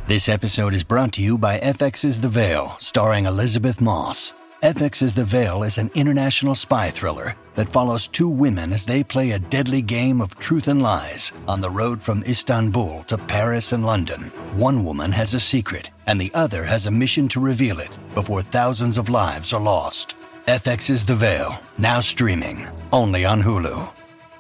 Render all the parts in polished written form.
This episode is brought to you by FX's The Veil, starring Elizabeth Moss. FX's The Veil is an international spy thriller that follows two women as they play a deadly game of truth and lies on the road from Istanbul to Paris and London. One woman has a secret, and the other has a mission to reveal it before thousands of lives are lost. FX's The Veil, now streaming, only on Hulu.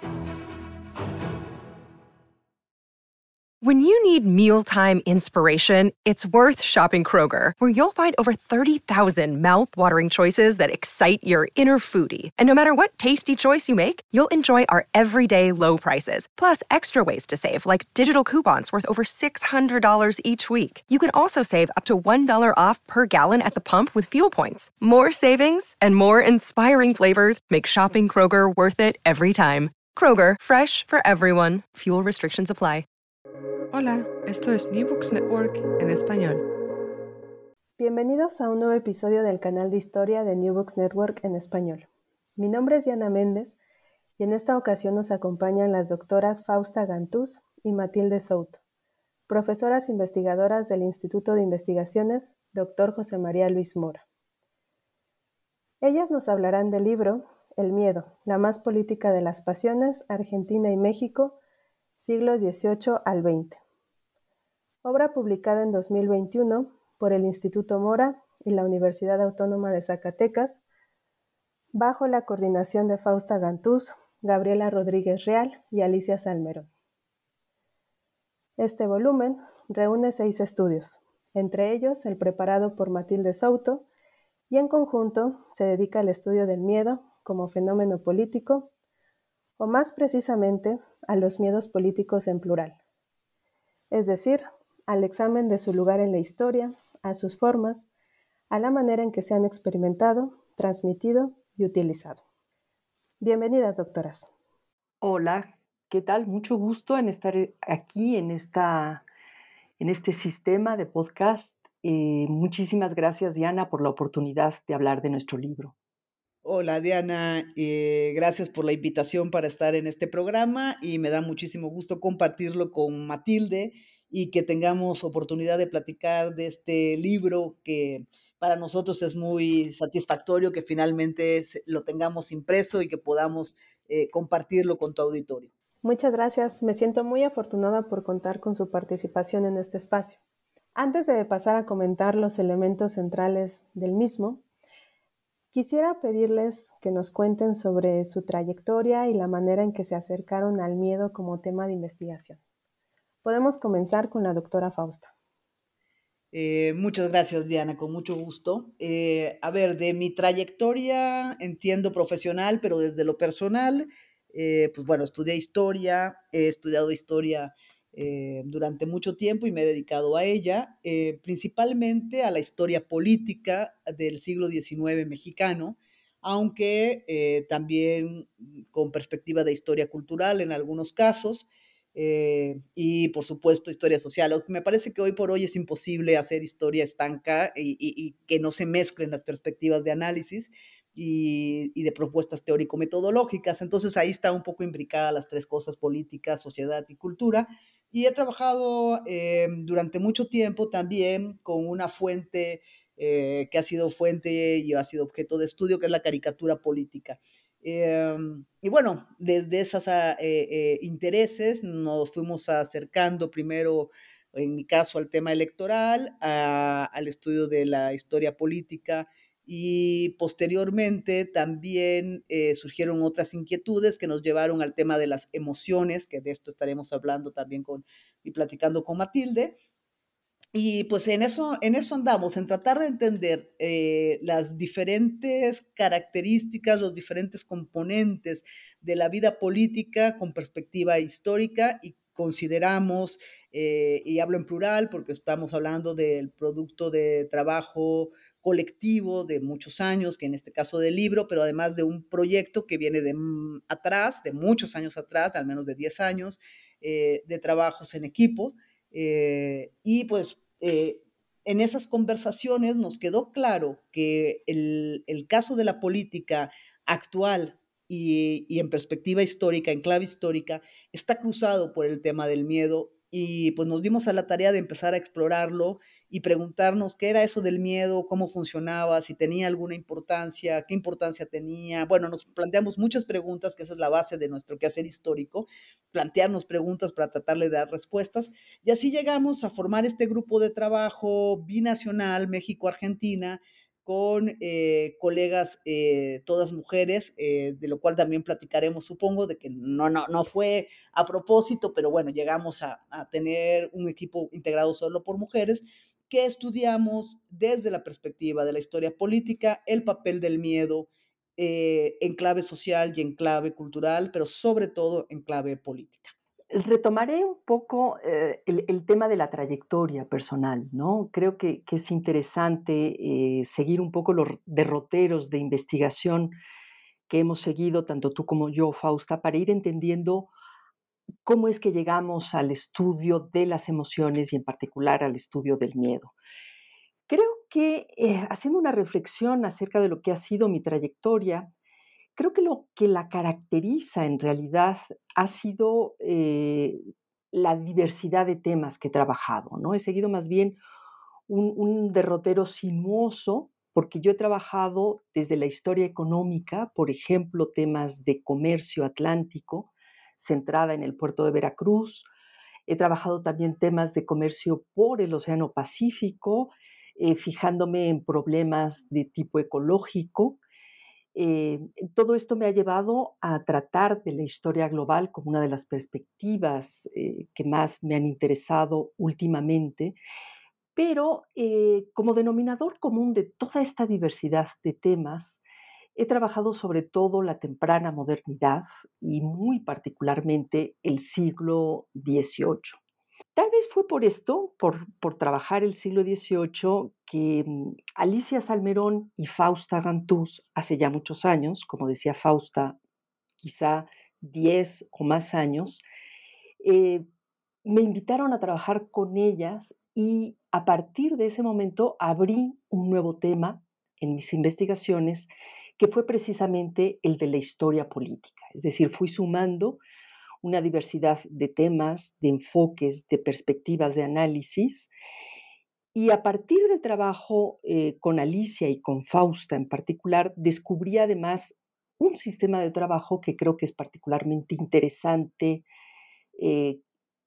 When you need mealtime inspiration, it's worth shopping Kroger, where you'll find over 30,000 mouth-watering choices that excite your inner foodie. And no matter what tasty choice you make, you'll enjoy our everyday low prices, plus extra ways to save, like digital coupons worth over $600 each week. You can also save up to $1 off per gallon at the pump with fuel points. More savings and more inspiring flavors make shopping Kroger worth it every time. Kroger, fresh for everyone. Fuel restrictions apply. Hola, esto es New Books Network en español. Bienvenidos a un nuevo episodio del canal de historia de New Books Network en español. Mi nombre es Diana Méndez y en esta ocasión nos acompañan las doctoras Fausta Gantús y Matilde Souto, profesoras investigadoras del Instituto de Investigaciones Dr. José María Luis Mora. Ellas nos hablarán del libro El miedo, la más política de las pasiones, Argentina y México, siglos XVIII al XX. Obra publicada en 2021 por el Instituto Mora y la Universidad Autónoma de Zacatecas, bajo la coordinación de Fausta Gantús, Gabriela Rodríguez Real y Alicia Salmerón. Este volumen reúne 6 estudios, entre ellos el preparado por Matilde Souto, y en conjunto se dedica al estudio del miedo como fenómeno político, o más precisamente a los miedos políticos en plural, es decir, al examen de su lugar en la historia, a sus formas, a la manera en que se han experimentado, transmitido y utilizado. Bienvenidas, doctoras. Hola, ¿qué tal? Mucho gusto en estar aquí en este sistema de podcast. Muchísimas gracias, Diana, por la oportunidad de hablar de nuestro libro. Hola Diana, gracias por la invitación para estar en este programa y me da muchísimo gusto compartirlo con Matilde y que tengamos oportunidad de platicar de este libro que para nosotros es muy satisfactorio que finalmente lo tengamos impreso y que podamos compartirlo con tu auditorio. Muchas gracias, me siento muy afortunada por contar con su participación en este espacio. Antes de pasar a comentar los elementos centrales del mismo, quisiera pedirles que nos cuenten sobre su trayectoria y la manera en que se acercaron al miedo como tema de investigación. Podemos comenzar con la doctora Fausta. Muchas gracias, Diana, con mucho gusto. De mi trayectoria, entiendo profesional, pero desde lo personal, estudié historia, he estudiado historia durante mucho tiempo y me he dedicado a ella, principalmente a la historia política del siglo XIX mexicano, aunque también con perspectiva de historia cultural en algunos casos. Y por supuesto historia social. Me parece que hoy por hoy es imposible hacer historia estanca y que no se mezclen las perspectivas de análisis y de propuestas teórico-metodológicas. Entonces ahí está un poco imbricada las tres cosas: política, sociedad y cultura. Y he trabajado durante mucho tiempo también con una fuente que ha sido fuente y ha sido objeto de estudio, que es la caricatura política. Y bueno, desde esos intereses nos fuimos acercando primero, en mi caso, al tema electoral, al estudio de la historia política, y posteriormente también surgieron otras inquietudes que nos llevaron al tema de las emociones, que de esto estaremos hablando también y platicando con Matilde. Y pues en eso andamos, en tratar de entender las diferentes características, los diferentes componentes de la vida política con perspectiva histórica, y consideramos, y hablo en plural porque estamos hablando del producto de trabajo colectivo de muchos años, que en este caso del libro, pero además de un proyecto que viene de atrás, de muchos años atrás, de al menos de 10 años, de trabajos en equipo. En esas conversaciones nos quedó claro que el caso de la política actual y en perspectiva histórica, en clave histórica, está cruzado por el tema del miedo, y pues nos dimos a la tarea de empezar a explorarlo y preguntarnos qué era eso del miedo, cómo funcionaba, si tenía alguna importancia, qué importancia tenía. Bueno, nos planteamos muchas preguntas, que esa es la base de nuestro quehacer histórico, plantearnos preguntas para tratarle de dar respuestas. Y así llegamos a formar este grupo de trabajo binacional México-Argentina, con colegas, todas mujeres, de lo cual también platicaremos, supongo, de que no fue a propósito, pero bueno, llegamos a tener un equipo integrado solo por mujeres, que estudiamos desde la perspectiva de la historia política, el papel del miedo en clave social y en clave cultural, pero sobre todo en clave política. Retomaré un poco el tema de la trayectoria personal, ¿no? Creo que es interesante seguir un poco los derroteros de investigación que hemos seguido, tanto tú como yo, Fausta, para ir entendiendo cómo es que llegamos al estudio de las emociones y en particular al estudio del miedo. Creo que haciendo una reflexión acerca de lo que ha sido mi trayectoria, creo que lo que la caracteriza en realidad ha sido la diversidad de temas que he trabajado, ¿no? He seguido más bien un derrotero sinuoso, porque yo he trabajado desde la historia económica, por ejemplo, temas de comercio atlántico, centrada en el puerto de Veracruz. He trabajado también temas de comercio por el Océano Pacífico, fijándome en problemas de tipo ecológico. Eh, Todo esto me ha llevado a tratar de la historia global como una de las perspectivas que más me han interesado últimamente, pero como denominador común de toda esta diversidad de temas, he trabajado sobre todo la temprana modernidad y muy particularmente el siglo XVIII. Tal vez fue por esto, por trabajar el siglo XVIII, que Alicia Salmerón y Fausta Gantús, hace ya muchos años, como decía Fausta, quizá 10 o más años, eh, me invitaron a trabajar con ellas y a partir de ese momento abrí un nuevo tema en mis investigaciones, que fue precisamente el de la historia política. Es decir, fui sumando una diversidad de temas, de enfoques, de perspectivas de análisis. Y a partir del trabajo con Alicia y con Fausta en particular, descubrí además un sistema de trabajo que creo que es particularmente interesante eh,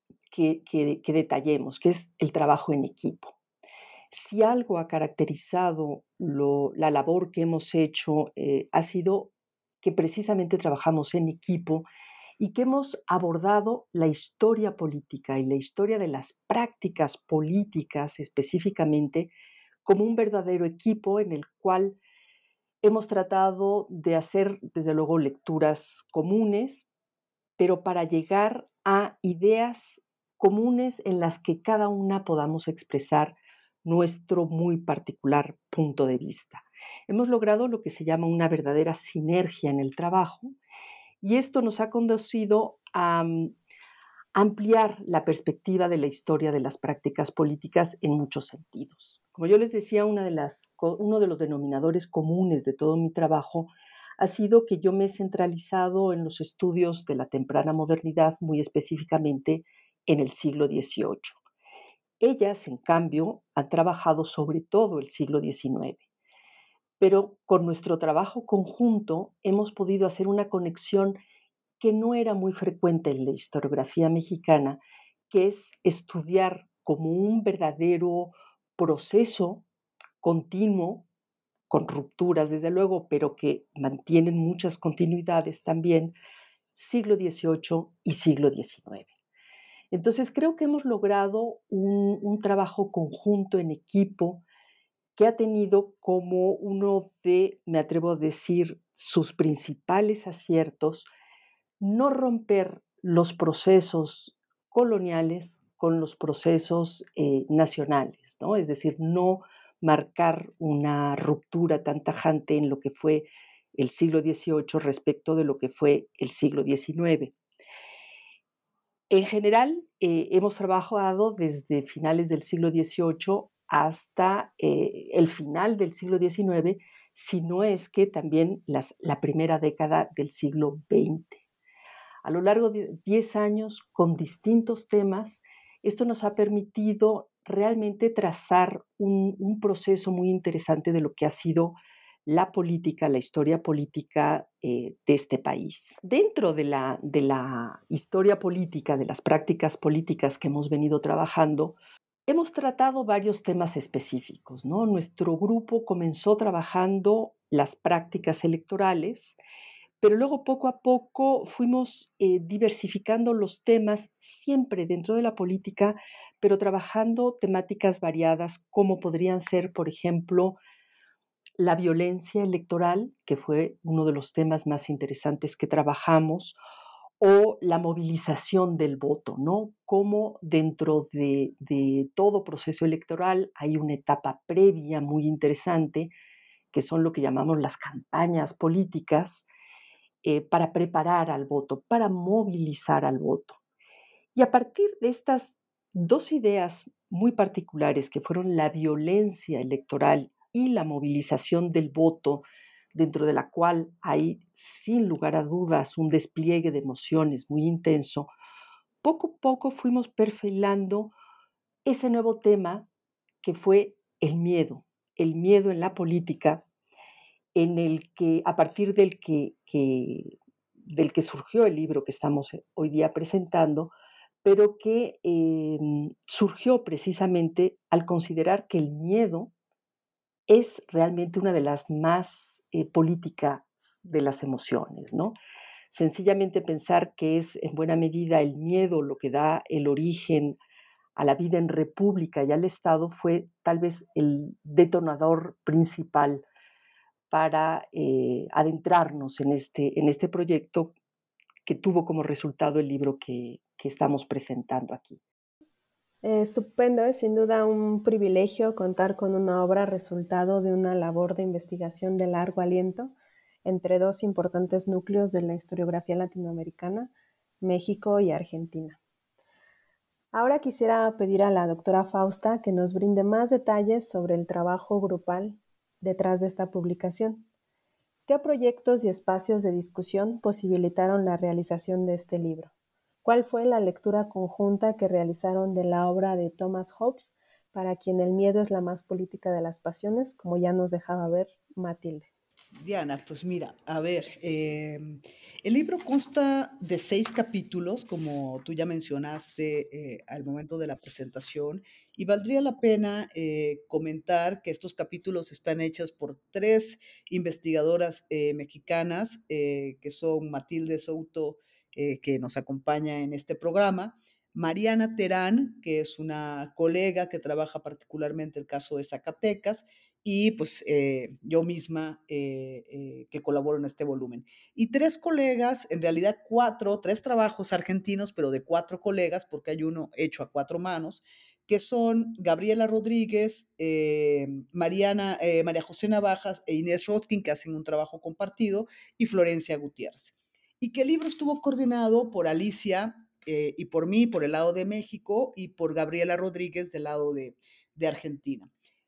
que detallemos, que es el trabajo en equipo. Si algo ha caracterizado la labor que hemos hecho, ha sido que precisamente trabajamos en equipo y que hemos abordado la historia política y la historia de las prácticas políticas específicamente como un verdadero equipo en el cual hemos tratado de hacer, desde luego, lecturas comunes, pero para llegar a ideas comunes en las que cada una podamos expresar nuestro muy particular punto de vista. Hemos logrado lo que se llama una verdadera sinergia en el trabajo y esto nos ha conducido a ampliar la perspectiva de la historia de las prácticas políticas en muchos sentidos. Como yo les decía, uno de los denominadores comunes de todo mi trabajo ha sido que yo me he centralizado en los estudios de la temprana modernidad, muy específicamente en el siglo XVIII. Ellas, en cambio, han trabajado sobre todo el siglo XIX, pero con nuestro trabajo conjunto hemos podido hacer una conexión que no era muy frecuente en la historiografía mexicana, que es estudiar como un verdadero proceso continuo, con rupturas desde luego, pero que mantienen muchas continuidades también, siglo XVIII y siglo XIX. Entonces creo que hemos logrado un trabajo conjunto en equipo que ha tenido como uno de, me atrevo a decir, sus principales aciertos, no romper los procesos coloniales con los procesos nacionales, ¿no? Es decir, no marcar una ruptura tan tajante en lo que fue el siglo XVIII respecto de lo que fue el siglo XIX. En general, hemos trabajado desde finales del siglo XVIII hasta el final del siglo XIX, si no es que también la primera década del siglo XX. A lo largo de 10 años con distintos temas Esto nos ha permitido realmente trazar un proceso muy interesante de lo que ha sido la política, la historia política de este país. Dentro de la historia política, de las prácticas políticas que hemos venido trabajando, hemos tratado varios temas específicos, ¿no? Nuestro grupo comenzó trabajando las prácticas electorales, pero luego poco a poco fuimos diversificando los temas siempre dentro de la política, pero trabajando temáticas variadas como podrían ser, por ejemplo, la violencia electoral, que fue uno de los temas más interesantes que trabajamos, o la movilización del voto, ¿no? Cómo dentro de todo proceso electoral hay una etapa previa muy interesante, que son lo que llamamos las campañas políticas, para preparar al voto, para movilizar al voto. Y a partir de estas dos ideas muy particulares, que fueron la violencia electoral y la movilización del voto, dentro de la cual hay, sin lugar a dudas, un despliegue de emociones muy intenso, poco a poco fuimos perfilando ese nuevo tema que fue el miedo en la política, en el que, a partir del que surgió el libro que estamos hoy día presentando, pero que surgió precisamente al considerar que el miedo es realmente una de las más políticas de las emociones, ¿no? Sencillamente pensar que es en buena medida el miedo lo que da el origen a la vida en república y al Estado fue tal vez el detonador principal para adentrarnos en este proyecto que tuvo como resultado el libro que estamos presentando aquí. Estupendo, es sin duda un privilegio contar con una obra resultado de una labor de investigación de largo aliento entre dos importantes núcleos de la historiografía latinoamericana, México y Argentina. Ahora quisiera pedir a la doctora Fausta que nos brinde más detalles sobre el trabajo grupal detrás de esta publicación. ¿Qué proyectos y espacios de discusión posibilitaron la realización de este libro? ¿Cuál fue la lectura conjunta que realizaron de la obra de Thomas Hobbes, para quien el miedo es la más política de las pasiones, como ya nos dejaba ver Matilde? Diana, pues mira, a ver, el libro consta de 6 capítulos, como tú ya mencionaste al momento de la presentación, y valdría la pena comentar que estos capítulos están hechos por 3 investigadoras mexicanas, que son Matilde Souto, que nos acompaña en este programa, Mariana Terán, que es una colega que trabaja particularmente el caso de Zacatecas, y pues yo misma que colaboro en este volumen. Y 3 colegas, en realidad 3 trabajos argentinos, pero de 4 colegas, porque hay uno hecho a 4 manos, que son Gabriela Rodríguez, María José Navajas e Inés Rotkin, que hacen un trabajo compartido, y Florencia Gutiérrez. Y que el libro estuvo coordinado por Alicia y por mí, por el lado de México, y por Gabriela Rodríguez del lado de Argentina.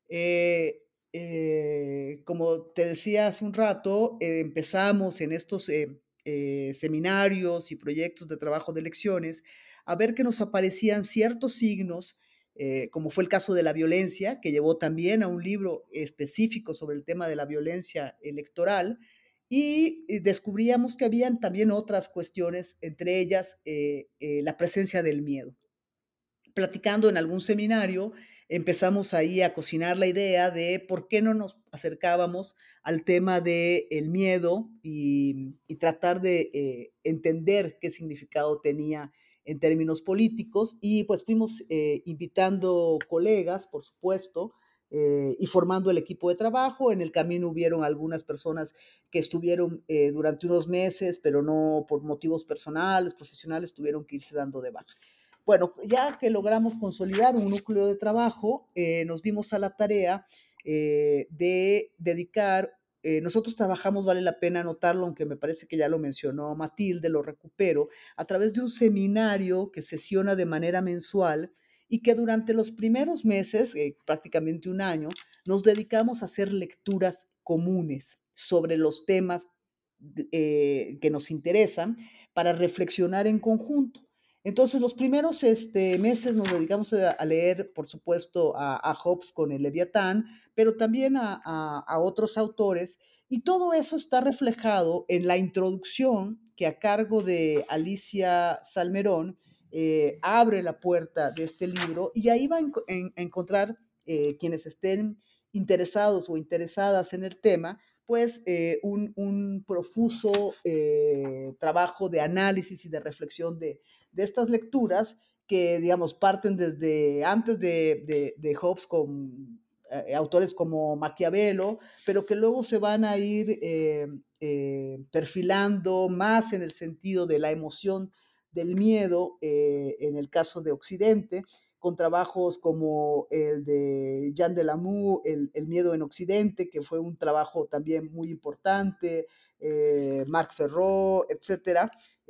Como te decía hace un rato, empezamos en estos seminarios y proyectos de trabajo de elecciones a ver que nos aparecían ciertos signos, como fue el caso de la violencia, que llevó también a un libro específico sobre el tema de la violencia electoral, y descubríamos que habían también otras cuestiones, entre ellas la presencia del miedo. Platicando en algún seminario, empezamos ahí a cocinar la idea de por qué no nos acercábamos al tema del miedo y tratar de entender qué significado tenía en términos políticos. Y pues fuimos invitando colegas, por supuesto, y formando el equipo de trabajo. En el camino hubieron algunas personas que estuvieron durante unos meses, pero no por motivos personales, profesionales, tuvieron que irse dando de baja. Bueno, ya que logramos consolidar un núcleo de trabajo, nos dimos a la tarea de dedicar, nosotros trabajamos, vale la pena anotarlo, aunque me parece que ya lo mencionó Matilde, lo recupero, a través de un seminario que sesiona de manera mensual y que durante los primeros meses, prácticamente un año, nos dedicamos a hacer lecturas comunes sobre los temas que nos interesan para reflexionar en conjunto. Entonces, los primeros meses nos dedicamos a leer, por supuesto, a Hobbes con el Leviatán, pero también a otros autores, y todo eso está reflejado en la introducción que a cargo de Alicia Salmerón abre la puerta de este libro, y ahí va a encontrar quienes estén interesados o interesadas en el tema, pues un profuso trabajo de análisis y de reflexión de estas lecturas que, digamos, parten desde antes de Hobbes con autores como Maquiavelo, pero que luego se van a ir perfilando más en el sentido de la emoción del miedo, en el caso de Occidente, con trabajos como el de Jean Delamour, el miedo en Occidente, que fue un trabajo también muy importante, Marc Ferró, etcétera,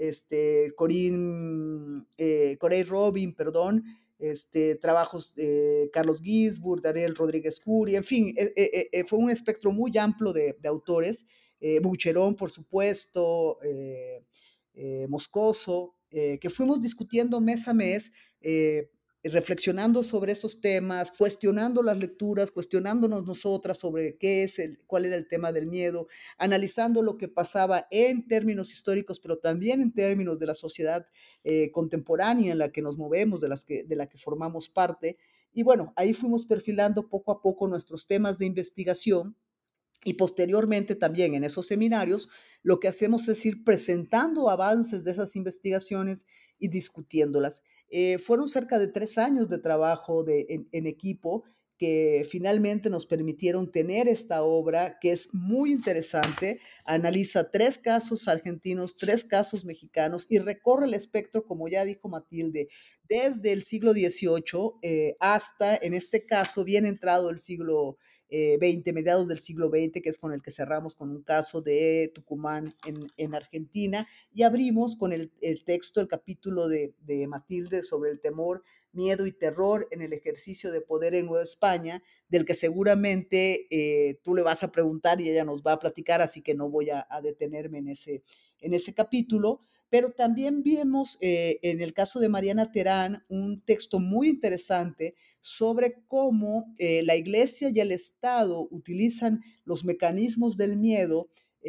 Corey Robin, perdón, trabajos de Carlos Ginzburg, Daniel Rodríguez Curi, en fin, fue un espectro muy amplio de autores, Bucherón, por supuesto, Moscoso, que fuimos discutiendo mes a mes, reflexionando sobre esos temas, cuestionando las lecturas, cuestionándonos nosotras sobre cuál era el tema del miedo, analizando lo que pasaba en términos históricos, pero también en términos de la sociedad contemporánea en la que nos movemos, de la que formamos parte. Y bueno, ahí fuimos perfilando poco a poco nuestros temas de investigación. Y posteriormente también en esos seminarios lo que hacemos es ir presentando avances de esas investigaciones y discutiéndolas. Fueron cerca de 3 años de trabajo en equipo que finalmente nos permitieron tener esta obra que es muy interesante, analiza 3 casos argentinos, 3 casos mexicanos y recorre el espectro, como ya dijo Matilde, desde el siglo XVIII hasta, en este caso, bien entrado el siglo XX, mediados del siglo XX, que es con el que cerramos con un caso de Tucumán en Argentina, y abrimos con el texto, el capítulo de Matilde sobre el temor, miedo y terror en el ejercicio de poder en Nueva España, del que seguramente tú le vas a preguntar y ella nos va a platicar, así que no voy a detenerme en ese capítulo. Pero también vimos en el caso de Mariana Terán un texto muy interesante sobre cómo la Iglesia y el Estado utilizan los mecanismos del miedo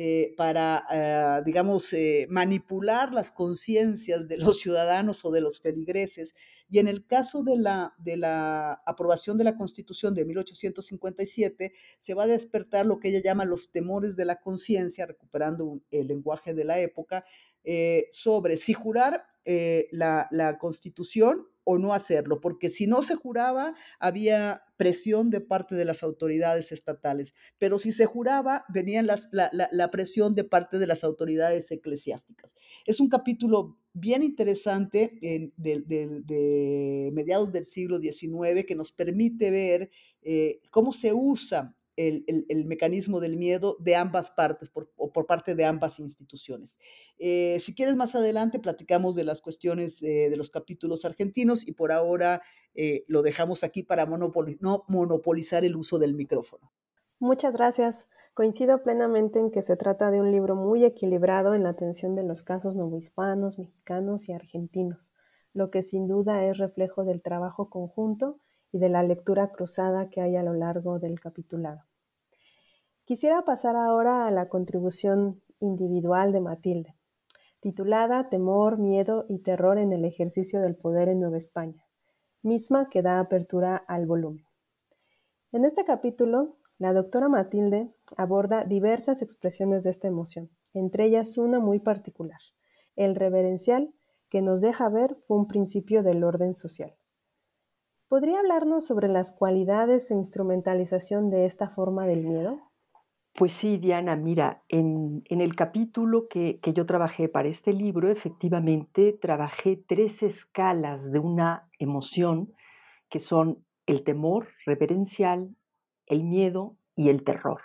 para, digamos, manipular las conciencias de los ciudadanos o de los feligreses. Y en el caso de la aprobación de la Constitución de 1857, se va a despertar lo que ella llama los temores de la conciencia, recuperando el lenguaje de la época, sobre si jurar la Constitución o no hacerlo, porque si no se juraba, había presión de parte de las autoridades estatales, pero si se juraba, venía la presión de parte de las autoridades eclesiásticas. Es un capítulo bien interesante de mediados del siglo XIX que nos permite ver cómo se usa el mecanismo del miedo de ambas partes, por parte de ambas instituciones. Si quieres, más adelante platicamos de las cuestiones de los capítulos argentinos y por ahora lo dejamos aquí para no monopolizar el uso del micrófono. Muchas gracias. Coincido plenamente en que se trata de un libro muy equilibrado en la atención de los casos novohispanos, mexicanos y argentinos, lo que sin duda es reflejo del trabajo conjunto y de la lectura cruzada que hay a lo largo del capitulado. Quisiera pasar ahora a la contribución individual de Matilde, titulada Temor, miedo y terror en el ejercicio del poder en Nueva España, misma que da apertura al volumen. En este capítulo, la doctora Matilde aborda diversas expresiones de esta emoción, entre ellas una muy particular, el reverencial, que nos deja ver fue un principio del orden social. ¿Podría hablarnos sobre las cualidades e instrumentalización de esta forma del miedo? Pues sí, Diana, mira, en el capítulo que yo trabajé para este libro, efectivamente trabajé 3 escalas de una emoción que son el temor reverencial, el miedo y el terror.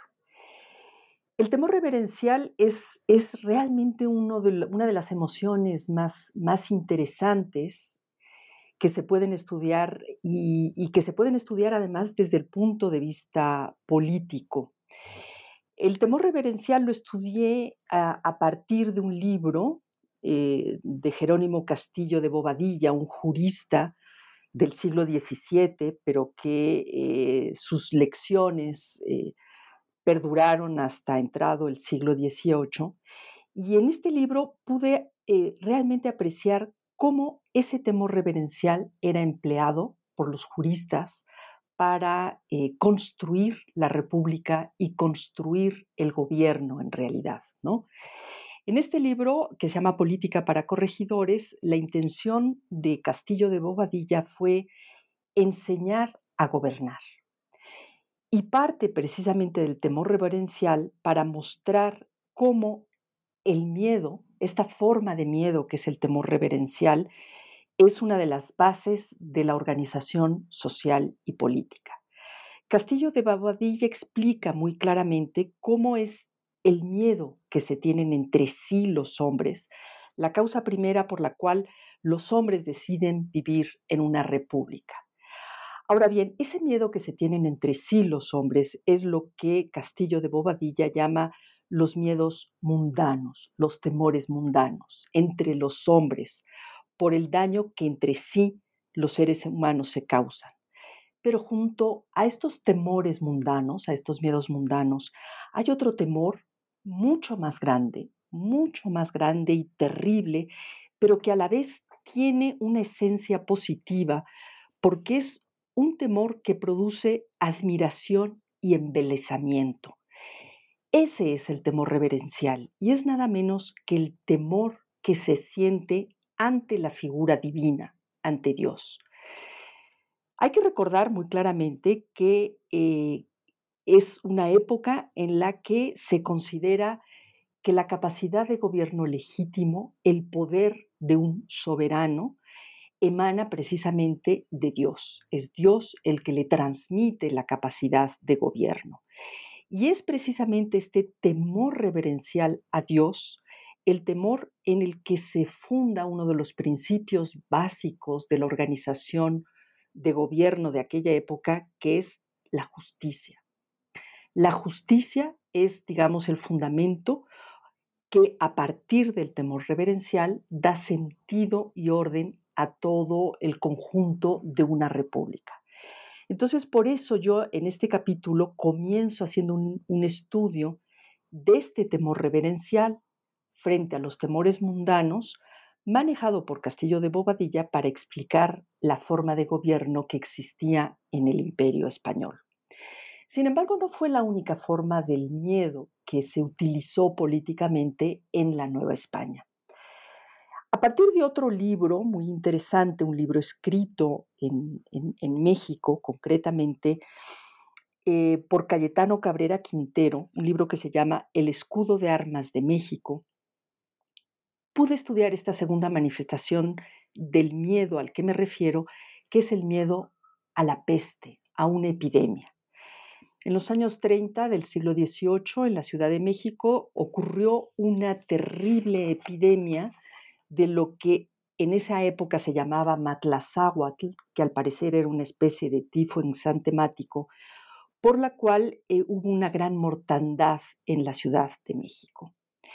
El temor reverencial es realmente una de las emociones más interesantes que se pueden estudiar y que se pueden estudiar además desde el punto de vista político. El temor reverencial lo estudié a partir de un libro de Jerónimo Castillo de Bobadilla, un jurista del siglo XVII, pero que sus lecciones perduraron hasta entrado el siglo XVIII. Y en este libro pude realmente apreciar cómo ese temor reverencial era empleado por los juristas para construir la república y construir el gobierno en realidad, ¿no? En este libro, que se llama Política para Corregidores, la intención de Castillo de Bobadilla fue enseñar a gobernar. Y parte precisamente del temor reverencial para mostrar cómo el miedo, esta forma de miedo que es el temor reverencial, es una de las bases de la organización social y política. Castillo de Bobadilla explica muy claramente cómo es el miedo que se tienen entre sí los hombres, la causa primera por la cual los hombres deciden vivir en una república. Ahora bien, ese miedo que se tienen entre sí los hombres es lo que Castillo de Bobadilla llama los miedos mundanos, los temores mundanos entre los hombres por el daño que entre sí los seres humanos se causan. Pero junto a estos temores mundanos, a estos miedos mundanos, hay otro temor mucho más grande y terrible, pero que a la vez tiene una esencia positiva porque es un temor que produce admiración y embelesamiento. Ese es el temor reverencial y es nada menos que el temor que se siente ante la figura divina, ante Dios. Hay que recordar muy claramente que es una época en la que se considera que la capacidad de gobierno legítimo, el poder de un soberano, emana precisamente de Dios. Es Dios el que le transmite la capacidad de gobierno. Y es precisamente este temor reverencial a Dios, el temor en el que se funda uno de los principios básicos de la organización de gobierno de aquella época, que es la justicia. La justicia es, digamos, el fundamento que a partir del temor reverencial da sentido y orden a todo el conjunto de una república. Entonces, por eso yo en este capítulo comienzo haciendo un estudio de este temor reverencial frente a los temores mundanos, manejado por Castillo de Bobadilla para explicar la forma de gobierno que existía en el Imperio español. Sin embargo, no fue la única forma del miedo que se utilizó políticamente en la Nueva España. A partir de otro libro muy interesante, un libro escrito en México, concretamente por Cayetano Cabrera Quintero, un libro que se llama El escudo de armas de México, pude estudiar esta segunda manifestación del miedo al que me refiero, que es el miedo a la peste, a una epidemia. En los años 30 del siglo XVIII, en la Ciudad de México, ocurrió una terrible epidemia de lo que en esa época se llamaba matlazáhuatl, que al parecer era una especie de tifo enxantemático, por la cual hubo una gran mortandad en la Ciudad de México.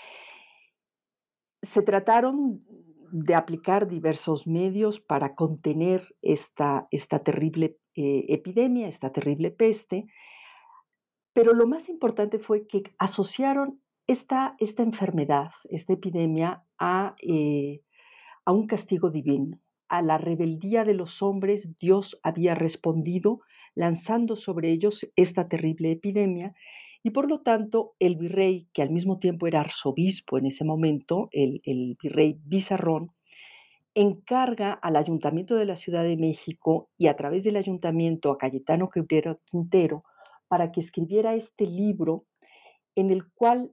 Se trataron de aplicar diversos medios para contener esta terrible epidemia, esta terrible peste, pero lo más importante fue que asociaron esta enfermedad, esta epidemia, a un castigo divino. A la rebeldía de los hombres, Dios había respondido lanzando sobre ellos esta terrible epidemia y por lo tanto el virrey, que al mismo tiempo era arzobispo en ese momento, el virrey Bizarrón, encarga al Ayuntamiento de la Ciudad de México y a través del ayuntamiento a Cayetano Cabrera Quintero para que escribiera este libro en el cual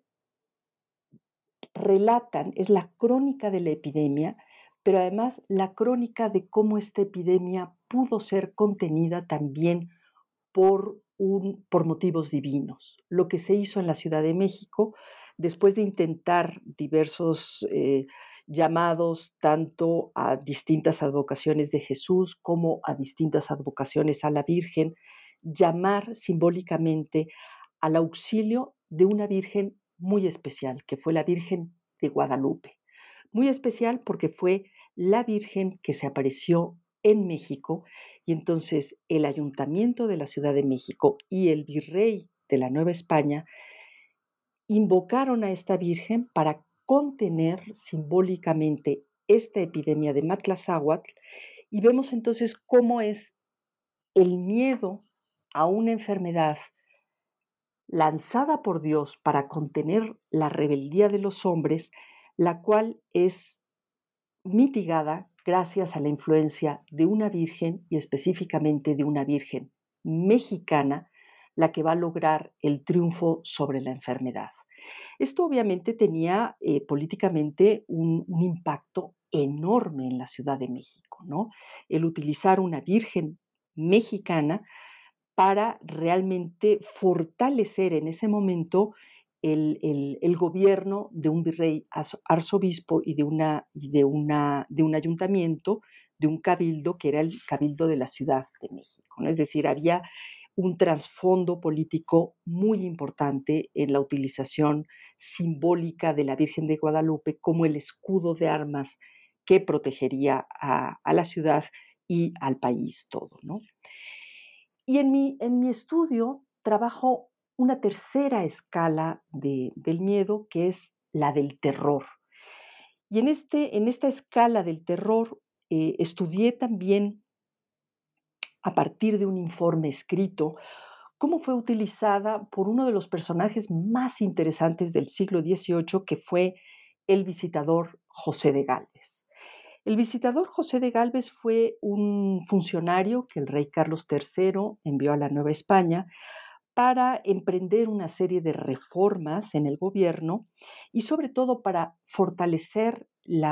relatan, es la crónica de la epidemia, pero además la crónica de cómo esta epidemia pudo ser contenida también por motivos divinos. Lo que se hizo en la Ciudad de México, después de intentar diversos llamados tanto a distintas advocaciones de Jesús como a distintas advocaciones a la Virgen, llamar simbólicamente al auxilio de una Virgen muy especial, que fue la Virgen de Guadalupe, muy especial porque fue la Virgen que se apareció en México, y entonces el Ayuntamiento de la Ciudad de México y el Virrey de la Nueva España invocaron a esta Virgen para contener simbólicamente esta epidemia de Matlazáhuatl, y vemos entonces cómo es el miedo a una enfermedad lanzada por Dios para contener la rebeldía de los hombres, la cual es mitigada gracias a la influencia de una virgen, y específicamente de una virgen mexicana, la que va a lograr el triunfo sobre la enfermedad. Esto obviamente tenía políticamente un impacto enorme en la Ciudad de México, ¿no? El utilizar una virgen mexicana para realmente fortalecer en ese momento el gobierno de un virrey arzobispo y de un ayuntamiento, de un cabildo que era el Cabildo de la Ciudad de México, ¿no? Es decir, había un trasfondo político muy importante en la utilización simbólica de la Virgen de Guadalupe como el escudo de armas que protegería a la ciudad y al país todo, ¿no? Y en mi estudio trabajo una tercera escala del miedo, que es la del terror. Y en esta escala del terror estudié también, a partir de un informe escrito, cómo fue utilizada por uno de los personajes más interesantes del siglo XVIII, que fue el visitador José de Gálvez. El visitador José de Gálvez fue un funcionario que el rey Carlos III envió a la Nueva España para emprender una serie de reformas en el gobierno y sobre todo para fortalecer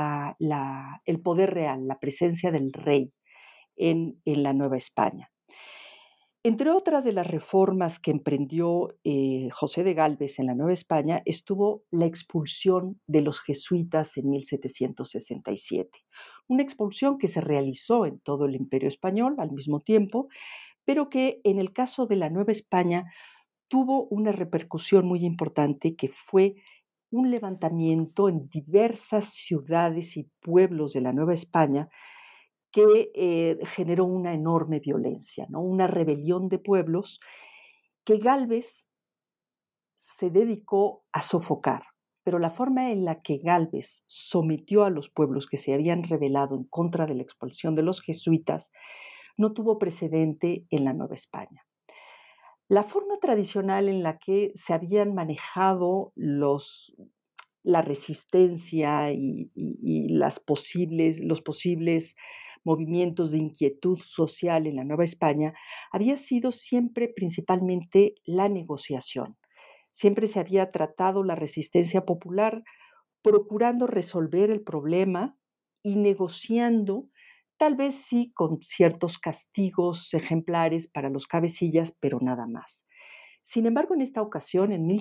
el poder real, la presencia del rey en la Nueva España. Entre otras de las reformas que emprendió José de Gálvez en la Nueva España estuvo la expulsión de los jesuitas en 1767. Una expulsión que se realizó en todo el Imperio Español al mismo tiempo, pero que en el caso de la Nueva España tuvo una repercusión muy importante, que fue un levantamiento en diversas ciudades y pueblos de la Nueva España que generó una enorme violencia, ¿no? Una rebelión de pueblos que Gálvez se dedicó a sofocar. Pero la forma en la que Gálvez sometió a los pueblos que se habían rebelado en contra de la expulsión de los jesuitas no tuvo precedente en la Nueva España. La forma tradicional en la que se habían manejado la resistencia y los posibles movimientos de inquietud social en la Nueva España había sido siempre principalmente la negociación. Siempre se había tratado la resistencia popular procurando resolver el problema y negociando, tal vez sí con ciertos castigos ejemplares para los cabecillas, pero nada más. Sin embargo, en esta ocasión, en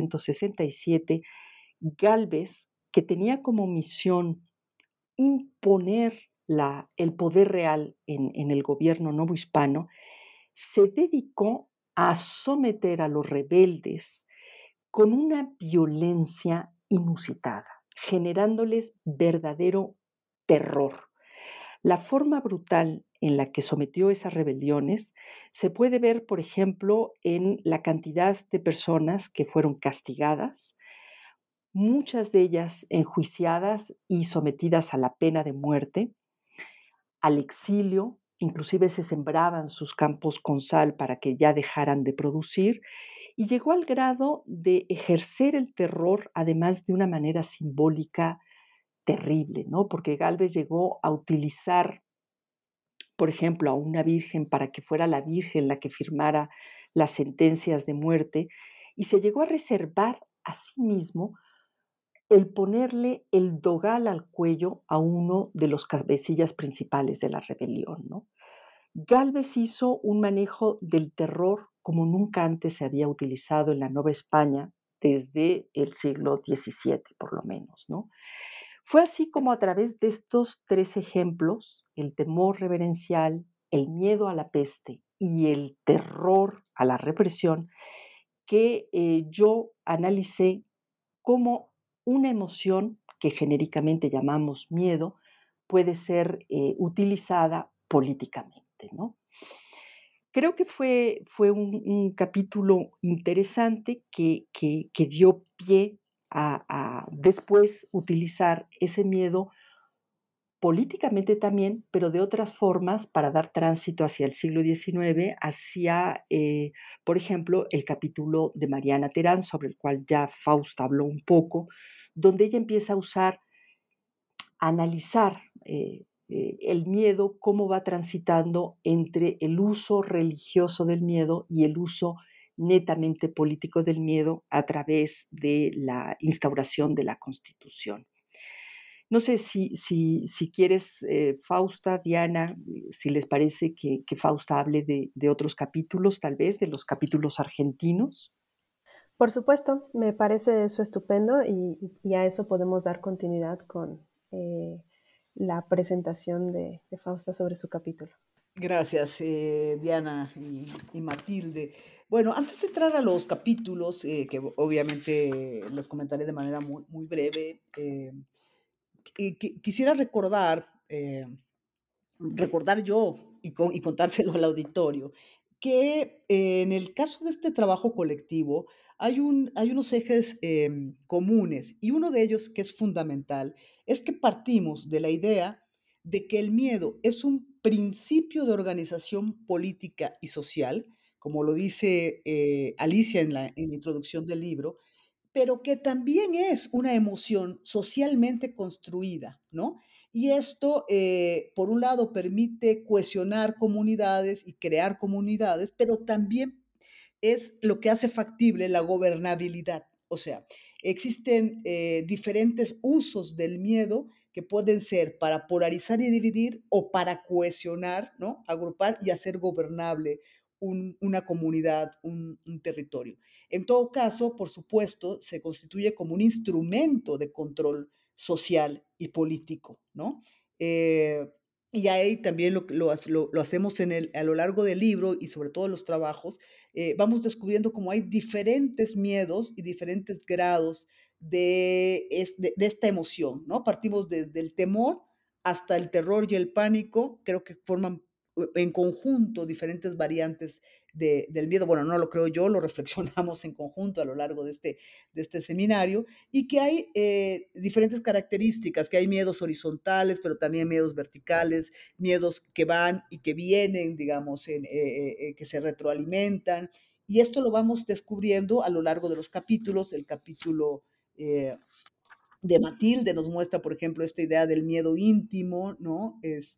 1767, Gálvez, que tenía como misión imponer el poder real en el gobierno novohispano, se dedicó a someter a los rebeldes con una violencia inusitada, generándoles verdadero terror. La forma brutal en la que sometió esas rebeliones se puede ver, por ejemplo, en la cantidad de personas que fueron castigadas, muchas de ellas enjuiciadas y sometidas a la pena de muerte, al exilio, inclusive se sembraban sus campos con sal para que ya dejaran de producir, y llegó al grado de ejercer el terror, además de una manera simbólica terrible, ¿no? Porque Gálvez llegó a utilizar, por ejemplo, a una virgen para que fuera la virgen la que firmara las sentencias de muerte, y se llegó a reservar a sí mismo el ponerle el dogal al cuello a uno de los cabecillas principales de la rebelión, ¿no? Gálvez hizo un manejo del terror como nunca antes se había utilizado en la Nueva España desde el siglo XVII, por lo menos, ¿no? Fue así como a través de estos tres ejemplos, el temor reverencial, el miedo a la peste y el terror a la represión, que yo analicé cómo una emoción que genéricamente llamamos miedo, puede ser utilizada políticamente, ¿no? Creo que fue un capítulo interesante que dio pie a después utilizar ese miedo políticamente también, pero de otras formas para dar tránsito hacia el siglo XIX, hacia, por ejemplo, el capítulo de Mariana Terán, sobre el cual ya Fausta habló un poco, donde ella empieza a usar, a analizar el miedo, cómo va transitando entre el uso religioso del miedo y el uso netamente político del miedo a través de la instauración de la Constitución. No sé si quieres, Fausta, Diana, si les parece que Fausta hable de otros capítulos, tal vez, de los capítulos argentinos. Por supuesto, me parece eso estupendo y a eso podemos dar continuidad con la presentación de Fausta sobre su capítulo. Gracias, Diana y Matilde. Bueno, antes de entrar a los capítulos, que obviamente les comentaré de manera muy breve, quisiera recordar yo y contárselo al auditorio, que en el caso de este trabajo colectivo hay unos ejes comunes y uno de ellos que es fundamental es que partimos de la idea de que el miedo es un principio de organización política y social, como lo dice Alicia en la introducción del libro, pero que también es una emoción socialmente construida, ¿no? Y esto, por un lado, permite cohesionar comunidades y crear comunidades, pero también es lo que hace factible la gobernabilidad. O sea, existen diferentes usos del miedo que pueden ser para polarizar y dividir o para cohesionar, ¿no? Agrupar y hacer gobernable una comunidad, un territorio. En todo caso, por supuesto, se constituye como un instrumento de control social y político, ¿no? Eh, y ahí también lo hacemos a lo largo del libro y sobre todo en los trabajos, vamos descubriendo cómo hay diferentes miedos y diferentes grados de esta emoción, ¿no? Partimos desde el temor hasta el terror y el pánico, creo que forman en conjunto diferentes variantes del miedo. Bueno, no lo creo yo, lo reflexionamos en conjunto a lo largo de este seminario, y que hay diferentes características, que hay miedos horizontales, pero también miedos verticales, miedos que van y que vienen, digamos, que se retroalimentan, y esto lo vamos descubriendo a lo largo de los capítulos. El capítulo de Matilde nos muestra, por ejemplo, esta idea del miedo íntimo, ¿no?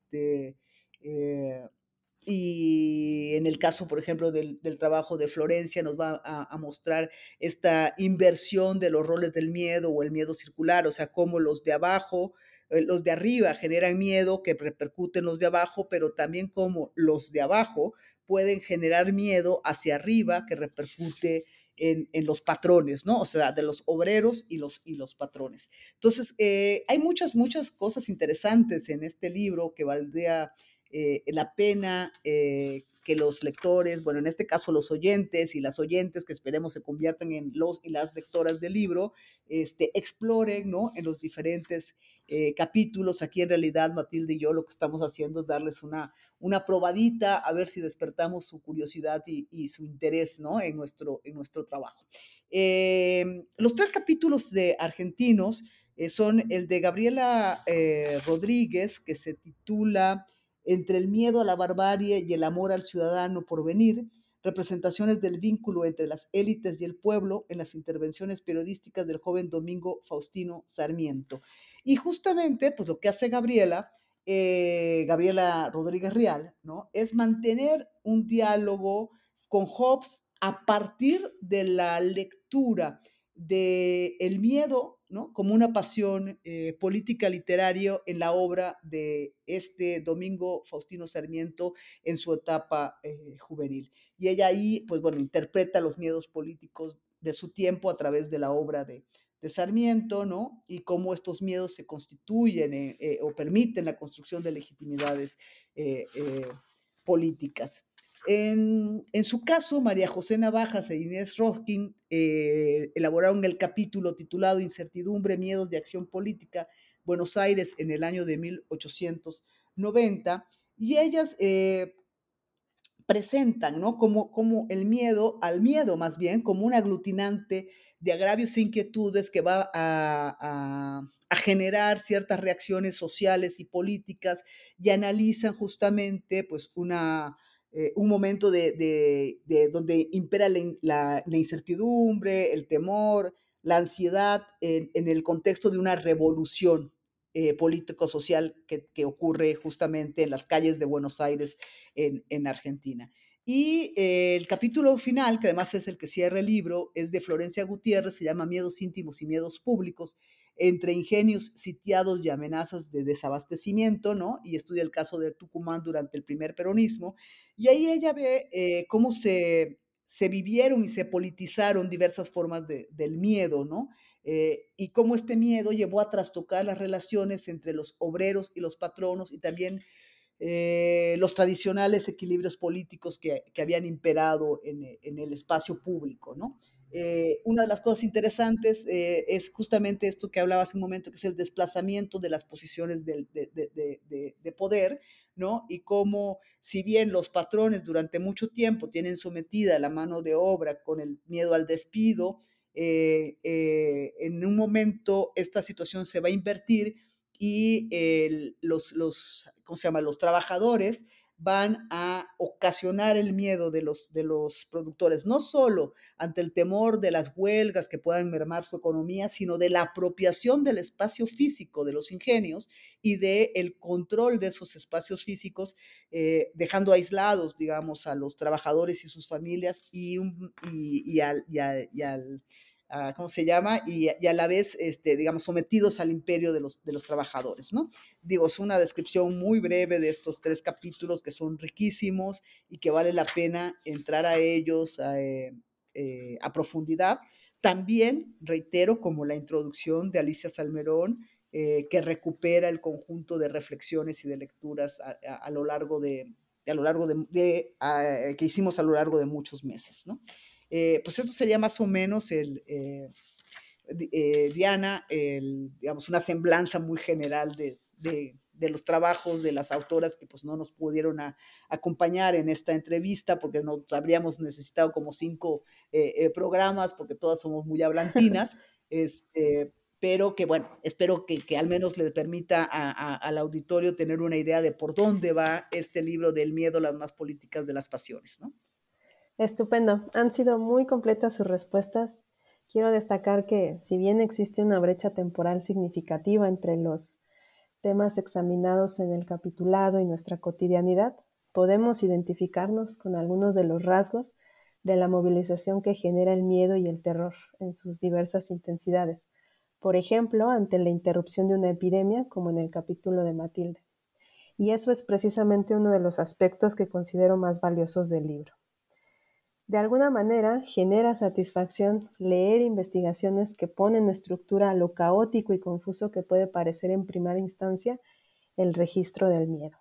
Eh, y en el caso, por ejemplo, del trabajo de Florencia, nos va a mostrar esta inversión de los roles del miedo o el miedo circular, o sea, cómo los de abajo, los de arriba generan miedo que repercute en los de abajo, pero también cómo los de abajo pueden generar miedo hacia arriba que repercute en los patrones, ¿no? O sea, de los obreros y los patrones. Entonces, hay muchas cosas interesantes en este libro que valdría la pena que los lectores, bueno, en este caso los oyentes y las oyentes, que esperemos se conviertan en los y las lectoras del libro, exploren, ¿no? En los diferentes capítulos. Aquí en realidad Matilde y yo lo que estamos haciendo es darles una probadita a ver si despertamos su curiosidad y su interés, ¿no? En nuestro trabajo. Los tres capítulos de Argentinos son el de Gabriela Rodríguez, que se titula Entre el miedo a la barbarie y el amor al ciudadano por venir, representaciones del vínculo entre las élites y el pueblo en las intervenciones periodísticas del joven Domingo Faustino Sarmiento. Y justamente, pues lo que hace Gabriela Rodríguez Rial, ¿no? Es mantener un diálogo con Hobbes a partir de la lectura de el miedo, ¿no? Como una pasión política literaria en la obra de este Domingo Faustino Sarmiento en su etapa juvenil. Y ella ahí, pues bueno, interpreta los miedos políticos de su tiempo a través de la obra de Sarmiento, ¿no? Y cómo estos miedos se constituyen o permiten la construcción de legitimidades políticas. En su caso, María José Navajas e Inés Roskin elaboraron el capítulo titulado Incertidumbre, miedos de acción política, Buenos Aires en el año de 1890, y ellas presentan, ¿no? Como el miedo, al miedo más bien, como un aglutinante de agravios e inquietudes que va a generar ciertas reacciones sociales y políticas, y analizan justamente pues un momento de donde impera la incertidumbre, el temor, la ansiedad en el contexto de una revolución político-social que ocurre justamente en las calles de Buenos Aires en Argentina. Y el capítulo final, que además es el que cierra el libro, es de Florencia Gutiérrez, se llama Miedos íntimos y miedos públicos, entre ingenios sitiados y amenazas de desabastecimiento, ¿no? Y estudia el caso de Tucumán durante el primer peronismo. Y ahí ella ve cómo se vivieron y se politizaron diversas formas del miedo, ¿no? Y cómo este miedo llevó a trastocar las relaciones entre los obreros y los patronos y también los tradicionales equilibrios políticos que habían imperado en el espacio público, ¿no? Una de las cosas interesantes es justamente esto que hablaba hace un momento, que es el desplazamiento de las posiciones de poder, ¿no? Y cómo, si bien los patrones durante mucho tiempo tienen sometida la mano de obra con el miedo al despido, en un momento esta situación se va a invertir y ¿cómo se llama? Los trabajadores van a ocasionar el miedo de los productores, no solo ante el temor de las huelgas que puedan mermar su economía, sino de la apropiación del espacio físico de los ingenios y del control de esos espacios físicos, dejando aislados, digamos, a los trabajadores y sus familias ¿cómo se llama? Y a la vez, digamos, sometidos al imperio de los trabajadores, ¿no? Digo, es una descripción muy breve de estos 3 capítulos que son riquísimos y que vale la pena entrar a ellos a profundidad. También, reitero, como la introducción de Alicia Salmerón, que recupera el conjunto de reflexiones y de lecturas a lo largo que hicimos a lo largo de muchos meses, ¿no? Pues esto sería más o menos Diana, digamos, una semblanza muy general de los trabajos de las autoras que pues no nos pudieron acompañar en esta entrevista porque nos habríamos necesitado como 5 programas porque todas somos muy hablantinas, pero que bueno, espero que al menos le permita al auditorio tener una idea de por dónde va este libro del miedo, las más políticas de las pasiones, ¿no? Estupendo. Han sido muy completas sus respuestas. Quiero destacar que, si bien existe una brecha temporal significativa entre los temas examinados en el capitulado y nuestra cotidianidad, podemos identificarnos con algunos de los rasgos de la movilización que genera el miedo y el terror en sus diversas intensidades. Por ejemplo, ante la interrupción de una epidemia, como en el capítulo de Matilde. Y eso es precisamente uno de los aspectos que considero más valiosos del libro. De alguna manera, genera satisfacción leer investigaciones que ponen estructura a lo caótico y confuso que puede parecer en primera instancia el registro del miedo.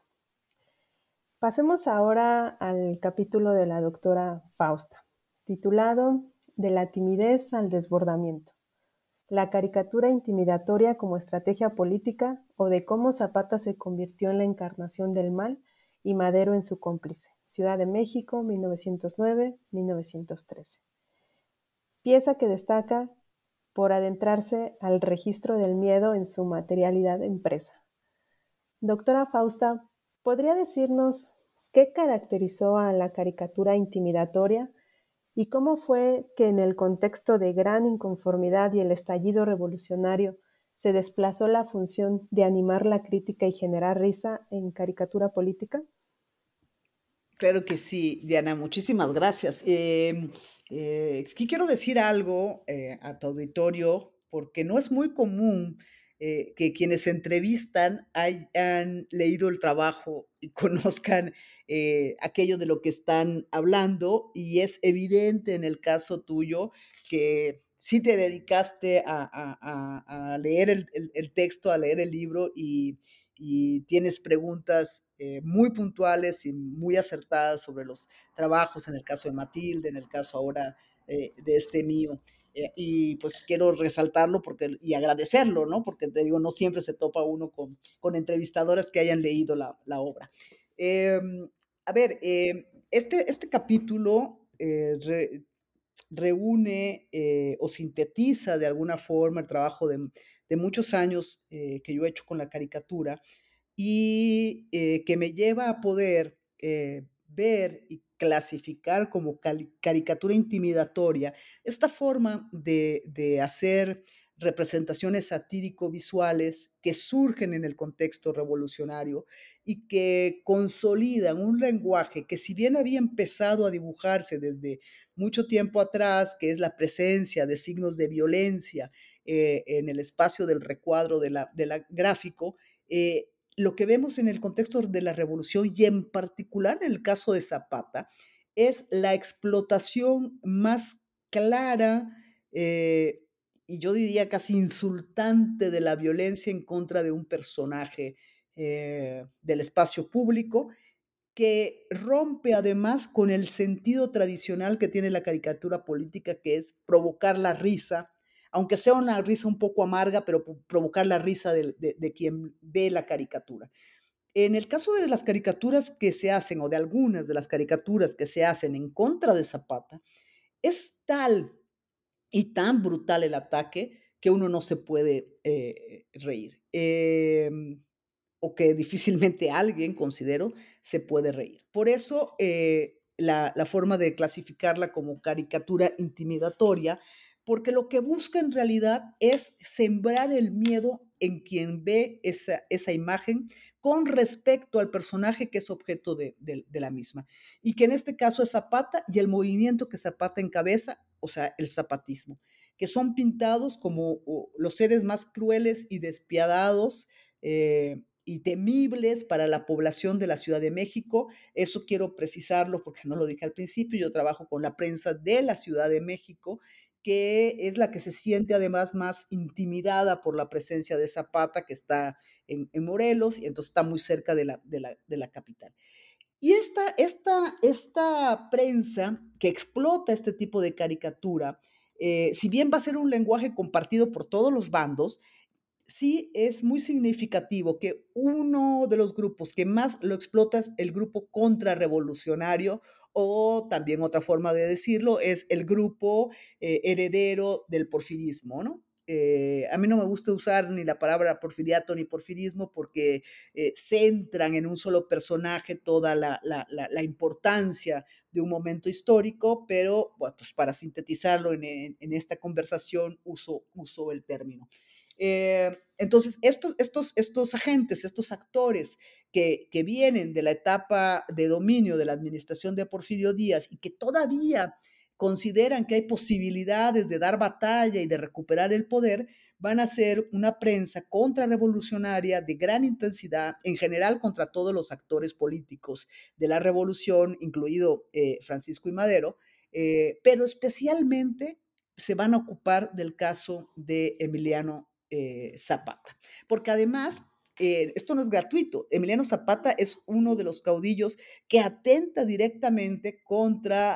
Pasemos ahora al capítulo de la doctora Fausta, titulado De la timidez al desbordamiento. La caricatura intimidatoria como estrategia política o de cómo Zapata se convirtió en la encarnación del mal y Madero en su cómplice. Ciudad de México, 1909-1913. Pieza que destaca por adentrarse al registro del miedo en su materialidad impresa. Doctora Fausta, ¿podría decirnos qué caracterizó a la caricatura intimidatoria y cómo fue que en el contexto de gran inconformidad y el estallido revolucionario se desplazó la función de animar la crítica y generar risa en caricatura política? Claro que sí, Diana, muchísimas gracias. Sí quiero decir algo a tu auditorio, porque no es muy común que quienes se entrevistan hayan leído el trabajo y conozcan aquello de lo que están hablando, y es evidente en el caso tuyo que sí te dedicaste a leer el texto, a leer el libro, y tienes preguntas muy puntuales y muy acertadas sobre los trabajos, en el caso de Matilde, en el caso ahora de este mío. Y pues quiero resaltarlo y agradecerlo, ¿no? Porque te digo, no siempre se topa uno con entrevistadoras que hayan leído la obra. Eh, a ver, este capítulo reúne o sintetiza de alguna forma el trabajo de muchos años que yo he hecho con la caricatura y que me lleva a poder ver y clasificar como caricatura intimidatoria esta forma de hacer representaciones satírico-visuales que surgen en el contexto revolucionario y que consolidan un lenguaje que si bien había empezado a dibujarse desde mucho tiempo atrás, que es la presencia de signos de violencia en el espacio del recuadro de la gráfico, lo que vemos en el contexto de la revolución y en particular en el caso de Zapata es la explotación más clara y yo diría casi insultante de la violencia en contra de un personaje del espacio público que rompe además con el sentido tradicional que tiene la caricatura política, que es provocar la risa, aunque sea una risa un poco amarga, pero provocar la risa de quien ve la caricatura. En el caso de las caricaturas que se hacen, o de algunas de las caricaturas que se hacen en contra de Zapata, es tal y tan brutal el ataque que uno no se puede reír. O que difícilmente alguien, considero, se puede reír. Por eso, la forma de clasificarla como caricatura intimidatoria, porque lo que busca en realidad es sembrar el miedo en quien ve esa imagen con respecto al personaje que es objeto de la misma. Y que en este caso es Zapata y el movimiento que Zapata encabeza, o sea, el zapatismo, que son pintados como los seres más crueles y despiadados y temibles para la población de la Ciudad de México. Eso quiero precisarlo porque no lo dije al principio. Yo trabajo con la prensa de la Ciudad de México, que es la que se siente además más intimidada por la presencia de Zapata, que está en Morelos, y entonces está muy cerca de la capital. Y esta prensa que explota este tipo de caricatura, si bien va a ser un lenguaje compartido por todos los bandos, sí es muy significativo que uno de los grupos que más lo explota es el grupo contrarrevolucionario, o también otra forma de decirlo es el grupo heredero del porfirismo, ¿no? A mí no me gusta usar ni la palabra porfiriato ni porfirismo porque centran en un solo personaje toda la importancia de un momento histórico, pero bueno, pues para sintetizarlo en esta conversación uso el término. Entonces, estos agentes, estos actores que vienen de la etapa de dominio de la administración de Porfirio Díaz y que todavía consideran que hay posibilidades de dar batalla y de recuperar el poder, van a ser una prensa contrarrevolucionaria de gran intensidad, en general contra todos los actores políticos de la revolución, incluido Francisco y Madero, pero especialmente se van a ocupar del caso de Emiliano Zapata. Porque además, esto no es gratuito. Emiliano Zapata es uno de los caudillos que atenta directamente contra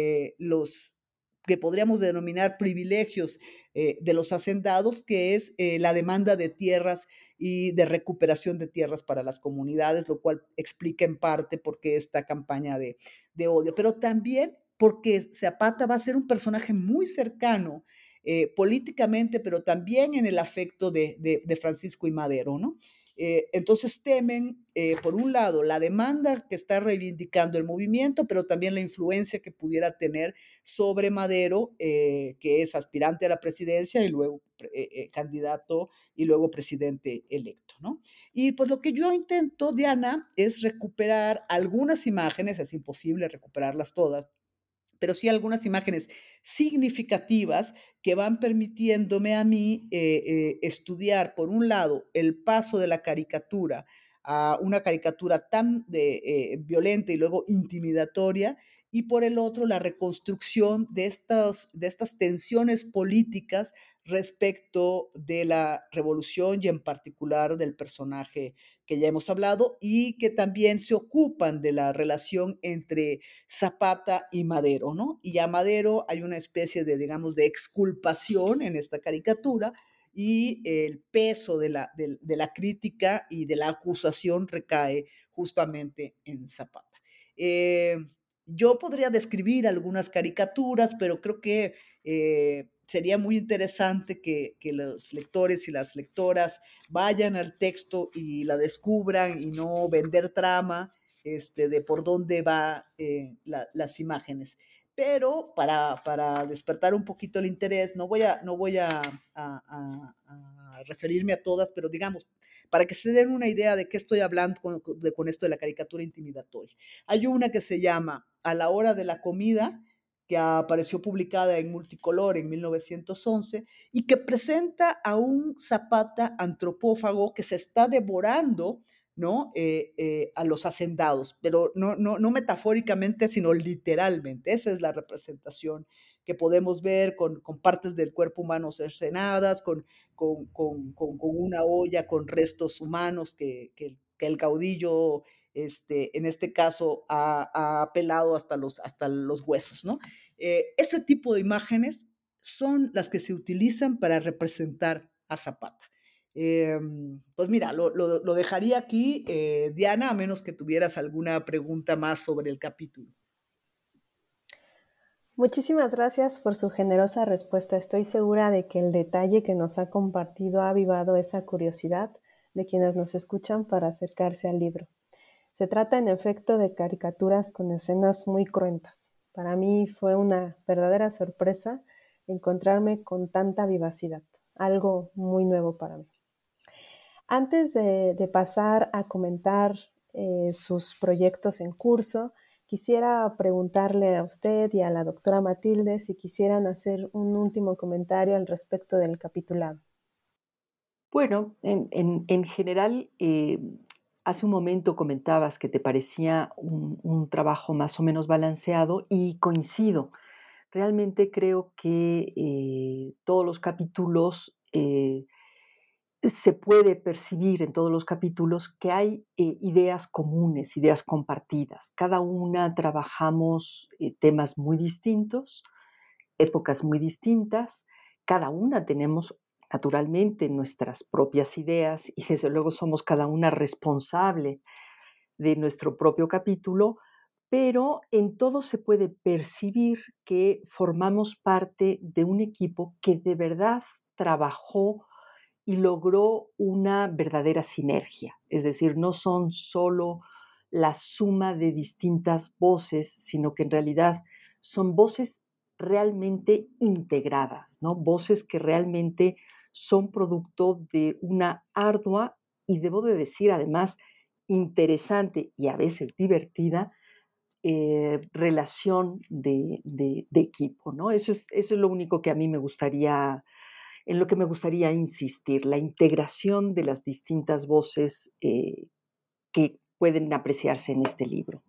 los que podríamos denominar privilegios de los hacendados, que es la demanda de tierras y de recuperación de tierras para las comunidades, lo cual explica en parte por qué esta campaña de odio, pero también porque Zapata va a ser un personaje muy cercano políticamente, pero también en el afecto de Francisco y Madero, ¿no? Entonces temen, por un lado, la demanda que está reivindicando el movimiento, pero también la influencia que pudiera tener sobre Madero, que es aspirante a la presidencia y luego candidato y luego presidente electo, ¿no? Y pues lo que yo intento, Diana, es recuperar algunas imágenes, es imposible recuperarlas todas, pero sí algunas imágenes significativas que van permitiéndome a mí estudiar, por un lado, el paso de la caricatura a una caricatura tan violenta y luego intimidatoria, y por el otro la reconstrucción de estas tensiones políticas respecto de la revolución y en particular del personaje que ya hemos hablado y que también se ocupan de la relación entre Zapata y Madero, ¿no? Y a Madero hay una especie de, digamos, de exculpación en esta caricatura y el peso de la crítica y de la acusación recae justamente en Zapata. Yo podría describir algunas caricaturas, pero creo que sería muy interesante que los lectores y las lectoras vayan al texto y la descubran y no vender trama de por dónde va las imágenes. Pero para despertar un poquito el interés, no voy a referirme a todas, pero digamos, para que se den una idea de qué estoy hablando con esto de la caricatura intimidatoria. Hay una que se llama A la hora de la comida, que apareció publicada en Multicolor en 1911 y que presenta a un Zapata antropófago que se está devorando, ¿no? A los hacendados, pero no metafóricamente, sino literalmente. Esa es la representación que podemos ver con partes del cuerpo humano cercenadas, con una olla con restos humanos que el caudillo, en este caso, ha pelado hasta los huesos, ¿no? Ese tipo de imágenes son las que se utilizan para representar a Zapata. Pues mira, lo dejaría aquí, Diana, a menos que tuvieras alguna pregunta más sobre el capítulo. Muchísimas gracias por su generosa respuesta. Estoy segura de que el detalle que nos ha compartido ha avivado esa curiosidad de quienes nos escuchan para acercarse al libro. Se trata en efecto de caricaturas con escenas muy cruentas. Para mí fue una verdadera sorpresa encontrarme con tanta vivacidad, algo muy nuevo para mí. Antes de pasar a comentar sus proyectos en curso, quisiera preguntarle a usted y a la doctora Matilde si quisieran hacer un último comentario al respecto del capitulado. Bueno, en general, hace un momento comentabas que te parecía un trabajo más o menos balanceado y coincido. Realmente creo que todos los capítulos, se puede percibir en todos los capítulos que hay ideas comunes, ideas compartidas. Cada una trabajamos temas muy distintos, épocas muy distintas, cada una tenemos naturalmente nuestras propias ideas y desde luego somos cada una responsable de nuestro propio capítulo, pero en todo se puede percibir que formamos parte de un equipo que de verdad trabajó y logró una verdadera sinergia. Es decir, no son solo la suma de distintas voces, sino que en realidad son voces realmente integradas, ¿no? Voces que realmente son producto de una ardua y debo de decir además interesante y a veces divertida relación de equipo, ¿no? Eso es lo único que a mí me gustaría, en lo que me gustaría insistir, la integración de las distintas voces que pueden apreciarse en este libro.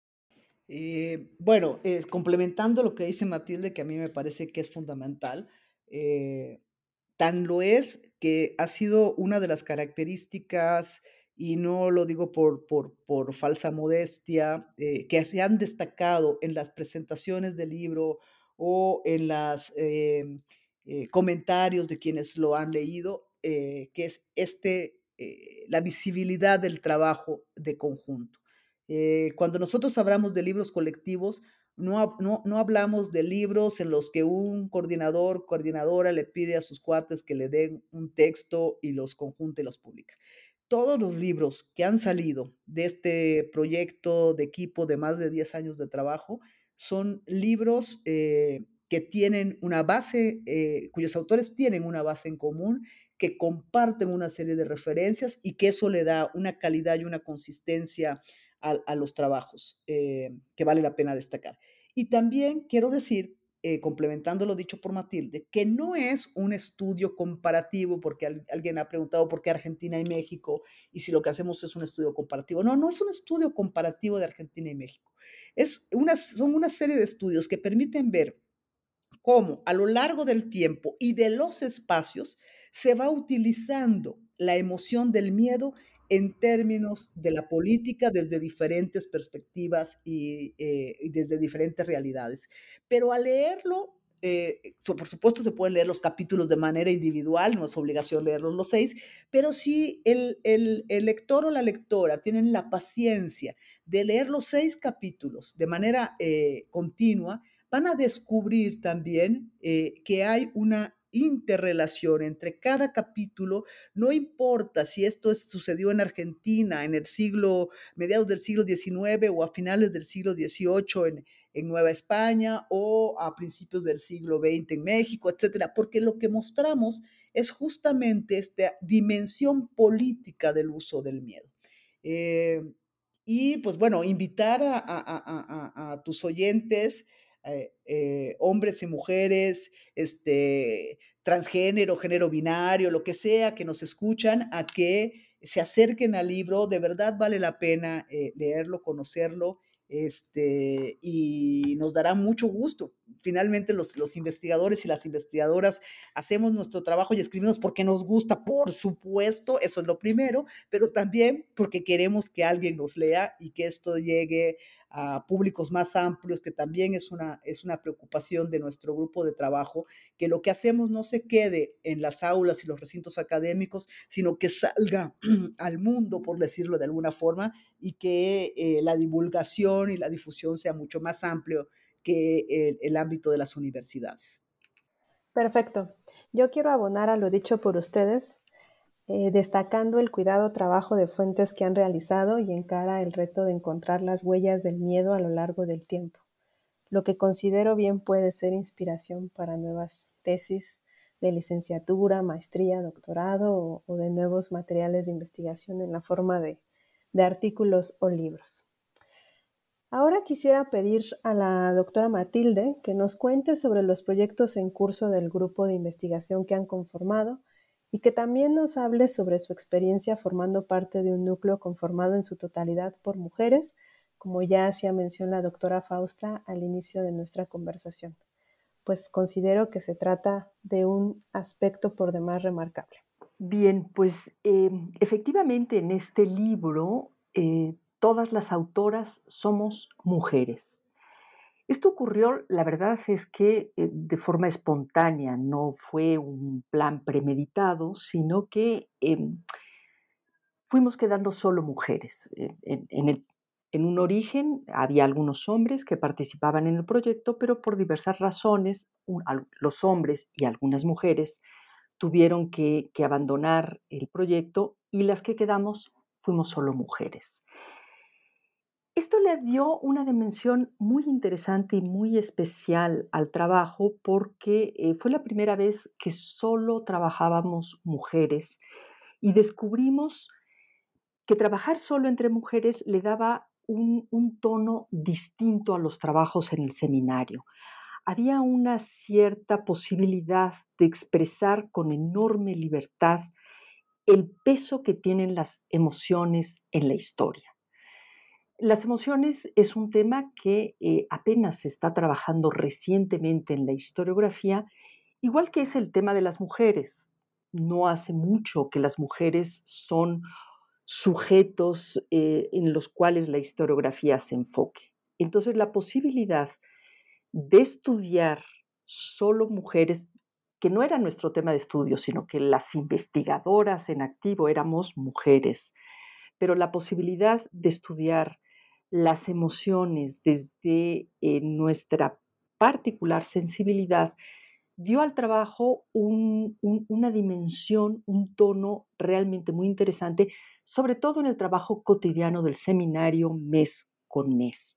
Bueno, complementando lo que dice Matilde, que a mí me parece que es fundamental, eh, tan lo es que ha sido una de las características, y no lo digo por falsa modestia, que se han destacado en las presentaciones del libro o en los comentarios de quienes lo han leído, que es la visibilidad del trabajo de conjunto. Cuando nosotros hablamos de libros colectivos, no hablamos de libros en los que un coordinador, coordinadora le pide a sus cuates que le den un texto y los conjunte y los publica. Todos los libros que han salido de este proyecto de equipo de más de 10 años de trabajo son libros que tienen una base, cuyos autores tienen una base en común, que comparten una serie de referencias y que eso le da una calidad y una consistencia a los trabajos que vale la pena destacar. Y también quiero decir complementando lo dicho por Matilde, que no es un estudio comparativo, porque alguien ha preguntado por qué Argentina y México, y si lo que hacemos es un estudio comparativo. No, no es un estudio comparativo de Argentina y México. Son una serie de estudios que permiten ver cómo a lo largo del tiempo y de los espacios se va utilizando la emoción del miedo en términos de la política desde diferentes perspectivas y desde diferentes realidades. Pero al leerlo, por supuesto se pueden leer los capítulos de manera individual, no es obligación leerlos los 6, pero si el lector o la lectora tienen la paciencia de leer los 6 capítulos de manera continua, van a descubrir también que hay una interrelación entre cada capítulo, no importa si sucedió en Argentina en el mediados del siglo XIX o a finales del siglo XVIII en Nueva España o a principios del siglo XX en México, etcétera, porque lo que mostramos es justamente esta dimensión política del uso del miedo. Y pues bueno, invitar a tus oyentes, hombres y mujeres, transgénero, género binario, lo que sea, que nos escuchan, a que se acerquen al libro. De verdad vale la pena leerlo, conocerlo, y nos dará mucho gusto. Finalmente los investigadores y las investigadoras hacemos nuestro trabajo y escribimos porque nos gusta, por supuesto, eso es lo primero, pero también porque queremos que alguien nos lea y que esto llegue a públicos más amplios, que también es una preocupación de nuestro grupo de trabajo, que lo que hacemos no se quede en las aulas y los recintos académicos, sino que salga al mundo, por decirlo de alguna forma, y que la divulgación y la difusión sea mucho más amplio que el ámbito de las universidades. Perfecto. Yo quiero abonar a lo dicho por ustedes, destacando el cuidado trabajo de fuentes que han realizado y encara el reto de encontrar las huellas del miedo a lo largo del tiempo, lo que considero bien puede ser inspiración para nuevas tesis de licenciatura, maestría, doctorado o de nuevos materiales de investigación en la forma de artículos o libros. Ahora quisiera pedir a la doctora Matilde que nos cuente sobre los proyectos en curso del grupo de investigación que han conformado y que también nos hable sobre su experiencia formando parte de un núcleo conformado en su totalidad por mujeres, como ya hacía mención la doctora Fausta al inicio de nuestra conversación, pues considero que se trata de un aspecto por demás remarcable. Bien, pues efectivamente en este libro todas las autoras somos mujeres. Esto ocurrió, la verdad es que de forma espontánea, no fue un plan premeditado, sino que fuimos quedando solo mujeres. En un origen había algunos hombres que participaban en el proyecto, pero por diversas razones, los hombres y algunas mujeres tuvieron que abandonar el proyecto y las que quedamos fuimos solo mujeres. Esto le dio una dimensión muy interesante y muy especial al trabajo porque fue la primera vez que solo trabajábamos mujeres y descubrimos que trabajar solo entre mujeres le daba un tono distinto a los trabajos en el seminario. Había una cierta posibilidad de expresar con enorme libertad el peso que tienen las emociones en la historia. Las emociones es un tema que apenas se está trabajando recientemente en la historiografía, igual que es el tema de las mujeres. No hace mucho que las mujeres son sujetos en los cuales la historiografía se enfoque. Entonces, la posibilidad de estudiar solo mujeres, que no era nuestro tema de estudio, sino que las investigadoras en activo éramos mujeres, pero la posibilidad de estudiar las emociones desde nuestra particular sensibilidad dio al trabajo una dimensión, un tono realmente muy interesante, sobre todo en el trabajo cotidiano del seminario mes con mes.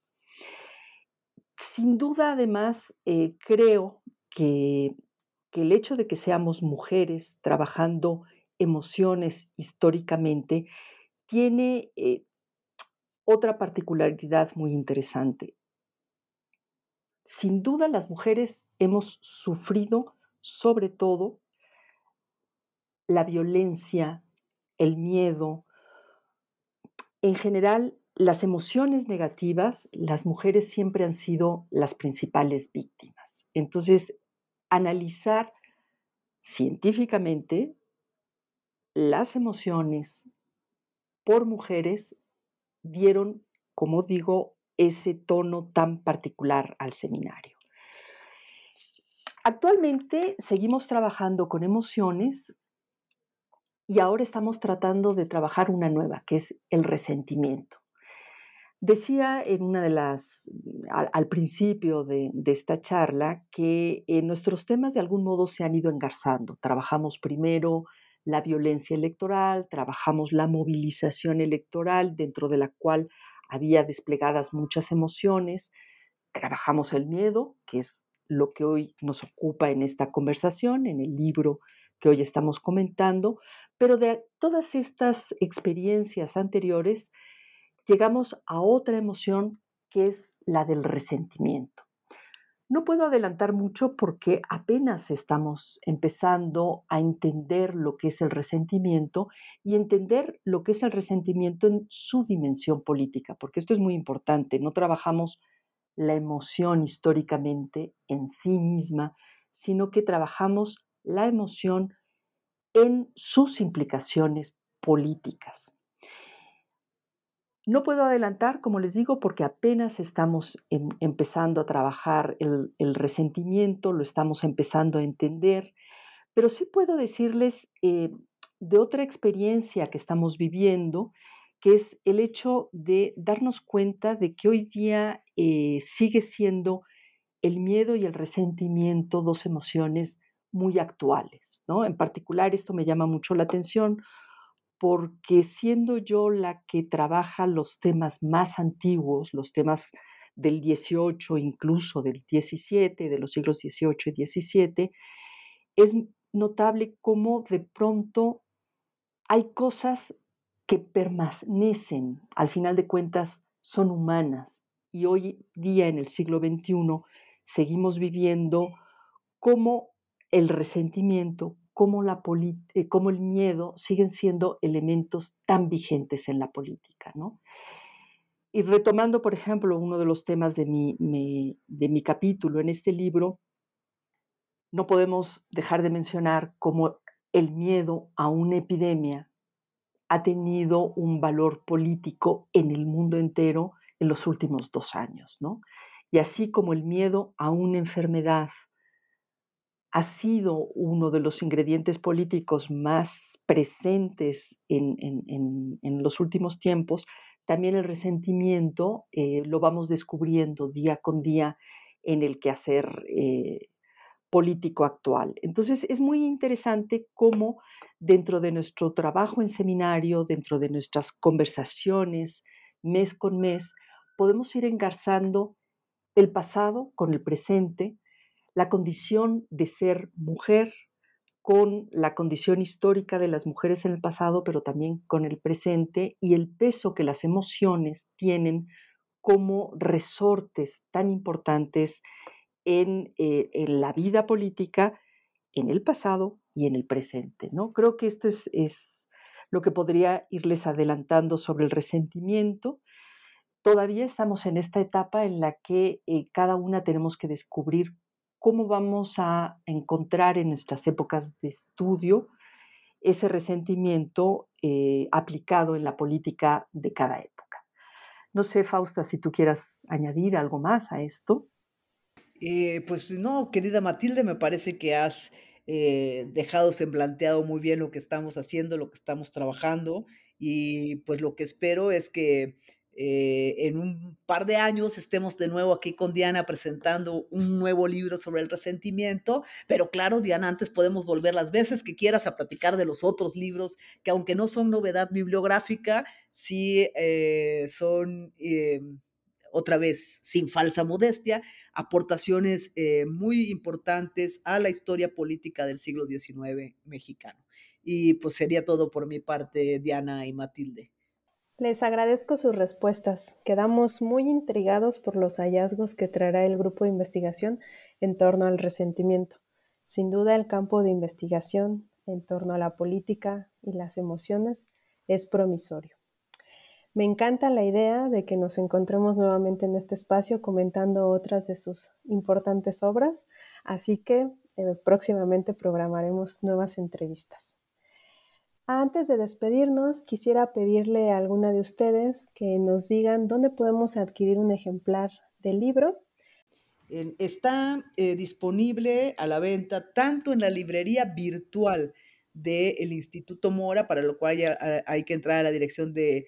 Sin duda, además, creo que, que el hecho de que seamos mujeres trabajando emociones históricamente tiene otra particularidad muy interesante. sin duda las mujeres hemos sufrido sobre todo la violencia, el miedo, en general las emociones negativas, las mujeres siempre han sido las principales víctimas. Entonces, analizar científicamente las emociones por mujeres dieron, como digo, ese tono tan particular al seminario. Actualmente seguimos trabajando con emociones y ahora estamos tratando de trabajar una nueva, que es el resentimiento. Decía en una de las, al principio de esta charla, que nuestros temas de algún modo se han ido engarzando. Trabajamos primero la violencia electoral, trabajamos la movilización electoral, dentro de la cual había desplegadas muchas emociones, trabajamos el miedo, que es lo que hoy nos ocupa en esta conversación, en el libro que hoy estamos comentando, pero de todas estas experiencias anteriores llegamos a otra emoción que es la del resentimiento. No puedo adelantar mucho porque apenas estamos empezando a entender lo que es el resentimiento y entender lo que es el resentimiento en su dimensión política, porque esto es muy importante. No trabajamos la emoción históricamente en sí misma, sino que trabajamos la emoción en sus implicaciones políticas. No puedo adelantar, como les digo, porque apenas estamos empezando a trabajar el resentimiento, lo estamos empezando a entender, pero sí puedo decirles de otra experiencia que estamos viviendo, que es el hecho de darnos cuenta de que hoy día sigue siendo el miedo y el resentimiento dos emociones muy actuales, ¿no? En particular, esto me llama mucho la atención porque siendo yo la que trabaja los temas más antiguos, los temas del 18, incluso del 17, de los siglos 18 y 17, es notable cómo de pronto hay cosas que permanecen, al final de cuentas son humanas, y hoy día en el siglo XXI seguimos viviendo cómo el resentimiento, cómo el miedo siguen siendo elementos tan vigentes en la política, ¿no? Y retomando, por ejemplo, uno de los temas de mi capítulo en este libro, no podemos dejar de mencionar cómo el miedo a una epidemia ha tenido un valor político en el mundo entero en los últimos 2 años, ¿no? Y así como el miedo a una enfermedad ha sido uno de los ingredientes políticos más presentes en los últimos tiempos, también el resentimiento lo vamos descubriendo día con día en el quehacer político actual. Entonces, es muy interesante cómo dentro de nuestro trabajo en seminario, dentro de nuestras conversaciones mes con mes, podemos ir engarzando el pasado con el presente, la condición de ser mujer con la condición histórica de las mujeres en el pasado, pero también con el presente y el peso que las emociones tienen como resortes tan importantes en la vida política, en el pasado y en el presente, ¿no? Creo que esto es lo que podría irles adelantando sobre el resentimiento. Todavía estamos en esta etapa en la que cada una tenemos que descubrir cómo vamos a encontrar en nuestras épocas de estudio ese resentimiento aplicado en la política de cada época. No sé, Fausta, si tú quieras añadir algo más a esto. Pues no, querida Matilde, me parece que has dejado semblanteado muy bien lo que estamos haciendo, lo que estamos trabajando, y pues lo que espero es que en un par de años estemos de nuevo aquí con Diana presentando un nuevo libro sobre el resentimiento, pero claro, Diana, antes podemos volver las veces que quieras a platicar de los otros libros que aunque no son novedad bibliográfica, sí son... otra vez, sin falsa modestia, aportaciones muy importantes a la historia política del siglo XIX mexicano. Y pues sería todo por mi parte, Diana y Matilde. Les agradezco sus respuestas. Quedamos muy intrigados por los hallazgos que traerá el grupo de investigación en torno al resentimiento. Sin duda, el campo de investigación en torno a la política y las emociones es promisorio. Me encanta la idea de que nos encontremos nuevamente en este espacio comentando otras de sus importantes obras, así que próximamente programaremos nuevas entrevistas. Antes de despedirnos, quisiera pedirle a alguna de ustedes que nos digan dónde podemos adquirir un ejemplar del libro. Está disponible a la venta tanto en la librería virtual del Instituto Mora, para lo cual ya hay que entrar a la dirección de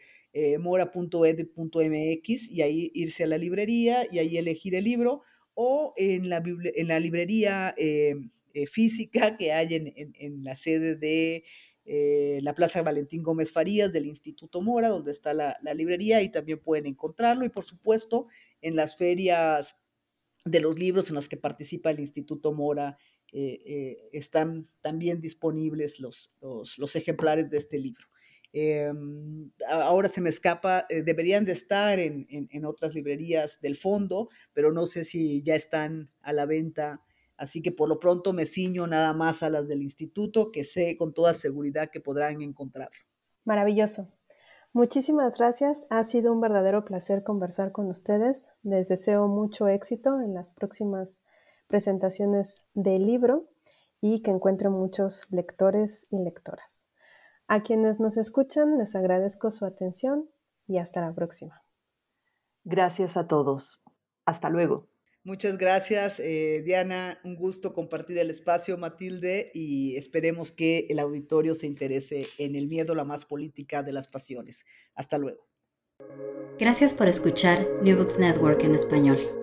mora.edu.mx y ahí irse a la librería y ahí elegir el libro, o en la librería física que hay en la sede de la Plaza Valentín Gómez Farías del Instituto Mora, donde está la librería, y también pueden encontrarlo. Y por supuesto, en las ferias de los libros en los que participa el Instituto Mora, están también disponibles los ejemplares de este libro. Ahora se me escapa, deberían de estar en otras librerías del fondo, pero no sé si ya están a la venta, así que por lo pronto me ciño nada más a las del instituto, que sé con toda seguridad que podrán encontrarlo. Maravilloso. Muchísimas gracias. Ha sido un verdadero placer conversar con ustedes. Les deseo mucho éxito en las próximas presentaciones del libro y que encuentren muchos lectores y lectoras. A quienes nos escuchan, les agradezco su atención y hasta la próxima. Gracias a todos. Hasta luego. Muchas gracias, Diana. Un gusto compartir el espacio, Matilde, y esperemos que el auditorio se interese en el miedo, la más política de las pasiones. Hasta luego. Gracias por escuchar New Books Network en español.